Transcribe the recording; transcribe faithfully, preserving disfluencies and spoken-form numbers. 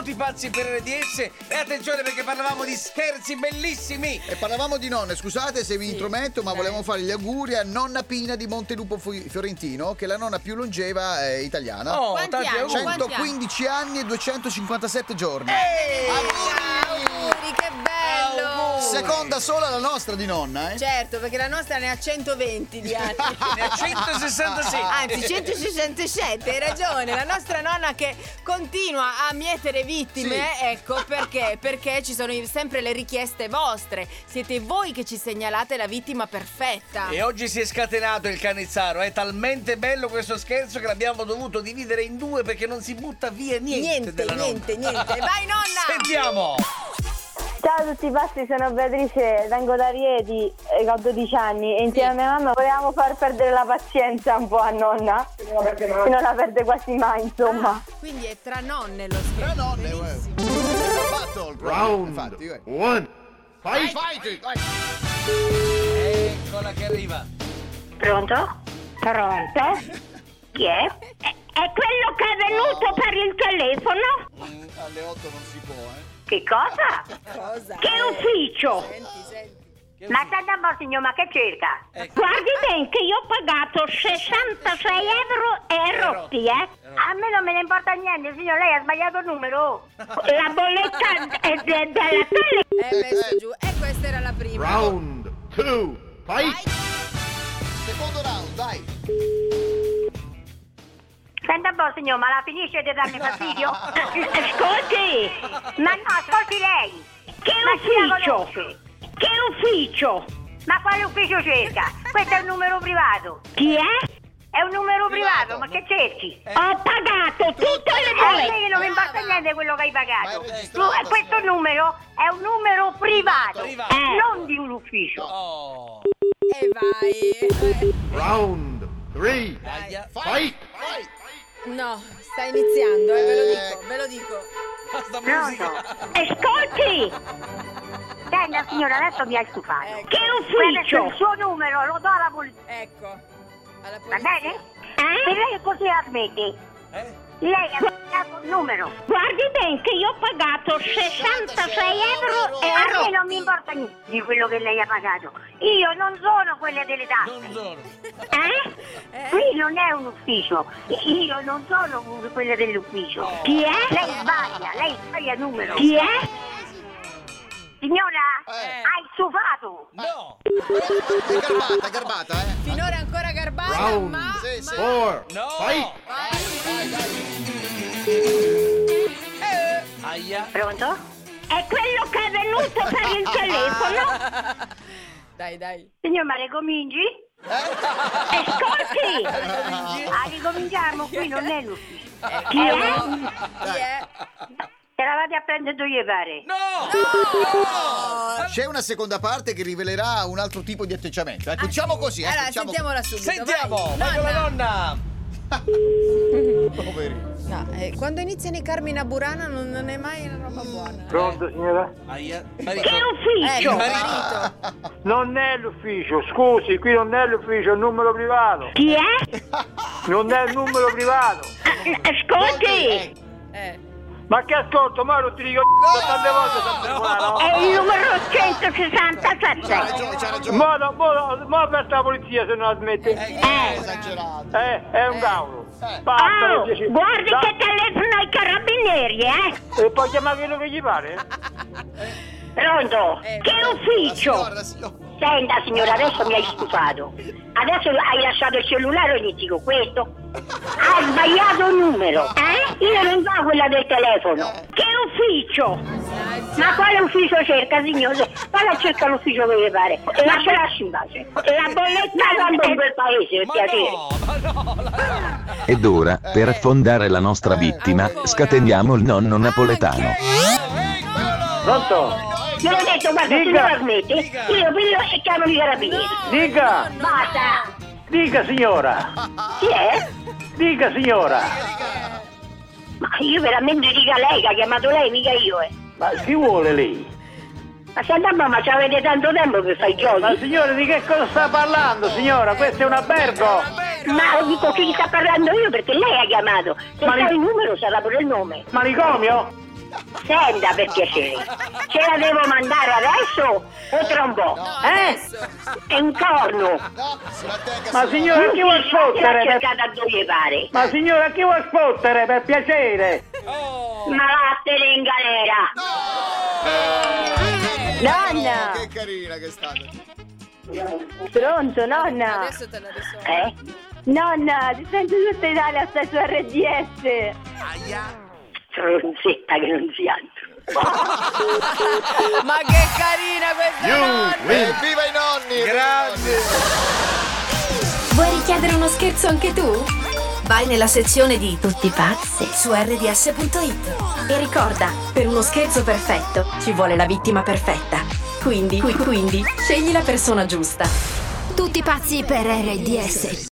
tutti pazzi per R D S. E attenzione perché parlavamo di scherzi bellissimi. E parlavamo di nonne, scusate se vi sì. intrometto, ma volevamo fare gli auguri a nonna Pina di Montelupo Fiorentino, che è la nonna più longeva eh, italiana. Oh, quanti tanti anni? auguri. centoquindici anni e duecentocinquantasette giorni. Ehi! Auguri, che bello! Auguri. Seconda sola la nostra di nonna, eh? Certo, perché la nostra ne ha centoventi di anni. Ne ha centosessantasette. Anzi, centosessantasette, hai ragione. La nostra nonna che continua a mietere vittime, Sì. ecco perché. Perché ci sono sempre le richieste vostre. Siete voi che ci segnalate la vittima perfetta. E oggi si è scatenato il Canizzaro. È talmente bello questo scherzo che l'abbiamo dovuto dividere in due perché non si butta via niente. Niente, della niente, nonna. niente. Vai, nonna! Sentiamo. Ciao a tutti pazzi, sono Beatrice, vengo da Rieti e ho dodici anni e insieme Sì. a mia mamma volevamo far perdere la pazienza un po' a nonna, che non la perde quasi mai, insomma. Ah, quindi è tra nonne lo scherzo. Tra nonne, uè. Benissimo. Battle, Round infatti, uè. one. Fight. Fight, vai. Eccola che arriva. Pronto? Pronto? Chi è? È, è quello che è venuto per il telefono? Mm, alle otto non si può, eh. Che cosa? Cosa? Che ufficio? Senti, senti. Ma senta un po', signor, ma che cerca? Ecco. Guardi bene che io ho pagato sessantasei euro e rotti, eh? A me non me ne importa niente, signor, lei ha sbagliato il numero. La bolletta è de- della tele. È messo giù. E questa era la prima. Round two. Fight. Secondo round, dai. Senta un po', signor, ma la finisce di darmi fastidio? Ascolti! Ma no, ascolti lei! Che ufficio? Che ufficio? Ma quale ufficio cerca? Questo è un numero privato. Chi è? È un numero privato, ma che cerchi? Ho pagato tutte le bollette! Eh, non mi importa niente quello che hai pagato. Tu, eh, questo numero è un numero privato, Privato. eh, non di un ufficio. Oh. E vai. Round three. Aia. Fight. No, sta iniziando, eh, ve lo dico, ve lo dico. Basta Pronto? musica. Ascolti! Senta signora, adesso mi hai stufato. Ecco. Che ufficio? Il suo numero lo do alla polizia. Ecco. Alla Va polizia. bene? Eh? Se lei così la smette, Eh? lei ha dato il numero. Guardi bene che io ho pagato sessantasei euro e a me non mi importa niente di quello che lei ha pagato. Io non sono quelle delle tasse. Non sono. Eh? Eh? Qui non è un ufficio, io non sono quella dell'ufficio. Chi è? Lei sbaglia, lei sbaglia il numero. Chi è? Signora, Eh. hai stufato. No. È garbata, è garbata, eh. Finora ancora garbata, Round ma... Sì, sì. four. No. Fight. Aia. Pronto? È quello che è venuto per il telefono? Dai, dai. Signor, ma ricominci? Ascolti! Ah, ricominciamo, qui non è l'ufficio. Chi è? Chi è? Eravate a prendere dove gli pare? No. C'è una seconda parte che rivelerà un altro tipo di atteggiamento. Ecco, diciamo così, ecco, Allora, diciamo sentiamola subito. Sentiamo. vai. Vai con la nonna. Poveri. No, eh, quando iniziano i Carmina Burana non, non è mai una roba buona. Pronto signora? Aia. Che Marito. ufficio? Ecco, marito. Non è l'ufficio, scusi, qui non è l'ufficio, è un numero privato. Chi è? Non è il numero privato. Ascolti! Eh. Ma che ascolto, ma non ti dico tante volte sono telefonato. È il numero C'ha centosessantasette. ragione, c'ha ragione. Mo, mo, mo, mo aperta la polizia se non la smette. È esagerato. Eh, è un cavolo. Eh. Basta, Oh, per piacere. guardi Da- che telefono ai carabinieri, eh? E poi chiama quello che gli pare. Pronto? Eh. Che La ufficio? signora, la signora. Senta signora, adesso mi hai stufato. Adesso hai lasciato il cellulare o inizi con questo? Hai sbagliato il numero, eh? Io non so quella del telefono. Che ufficio? Ma quale ufficio cerca, signore? Vada a cercare l'ufficio che vi pare. Lascia lasci in pace. La bolletta quando in quel paese, per Ma piacere. no, ma no. La... Ed ora, per affondare la nostra vittima, ancora. scateniamo il nonno napoletano. Eccolo. Pronto? Io l'ho detto, guarda, se non Dica. la smette, Dica. io piglio e chiamo i carabinieri. Dica, Basta. dica signora, Chi è? dica signora. Ma io veramente dica lei che ha chiamato lei, mica io, eh. Ma chi vuole lei? Ma senta, ma ci avete tanto tempo per fare i Ma giochi? signora di che cosa sta parlando signora? Questo è un albergo. Ma dico chi sta parlando io perché lei ha chiamato. Se Ma sa li- il numero sarà pure il nome. Manicomio? Senta, per piacere, ce la devo mandare adesso o tra un po'? Eh? È un corno. No, se la tenga. Ma signora, chi vuol L'ha spottere? Per... cercata a dove pare. Ma signora, chi vuol spottere, per piacere? Ma vattene in galera. Nonna! Che carina che è stata. Pronto, nonna? Adesso te la risolvo. Eh? Nonna, ti sento tutta Italia, stai su R D S. Stronzetta che non si altro. Ma che carina questa You nonna! win. Evviva i nonni! Grazie. Vuoi richiedere uno scherzo anche tu? Vai nella sezione di Tutti pazzi su R D S punto it e ricorda, per uno scherzo perfetto ci vuole la vittima perfetta. Quindi, qui- quindi, scegli la persona giusta. Tutti pazzi per R D S.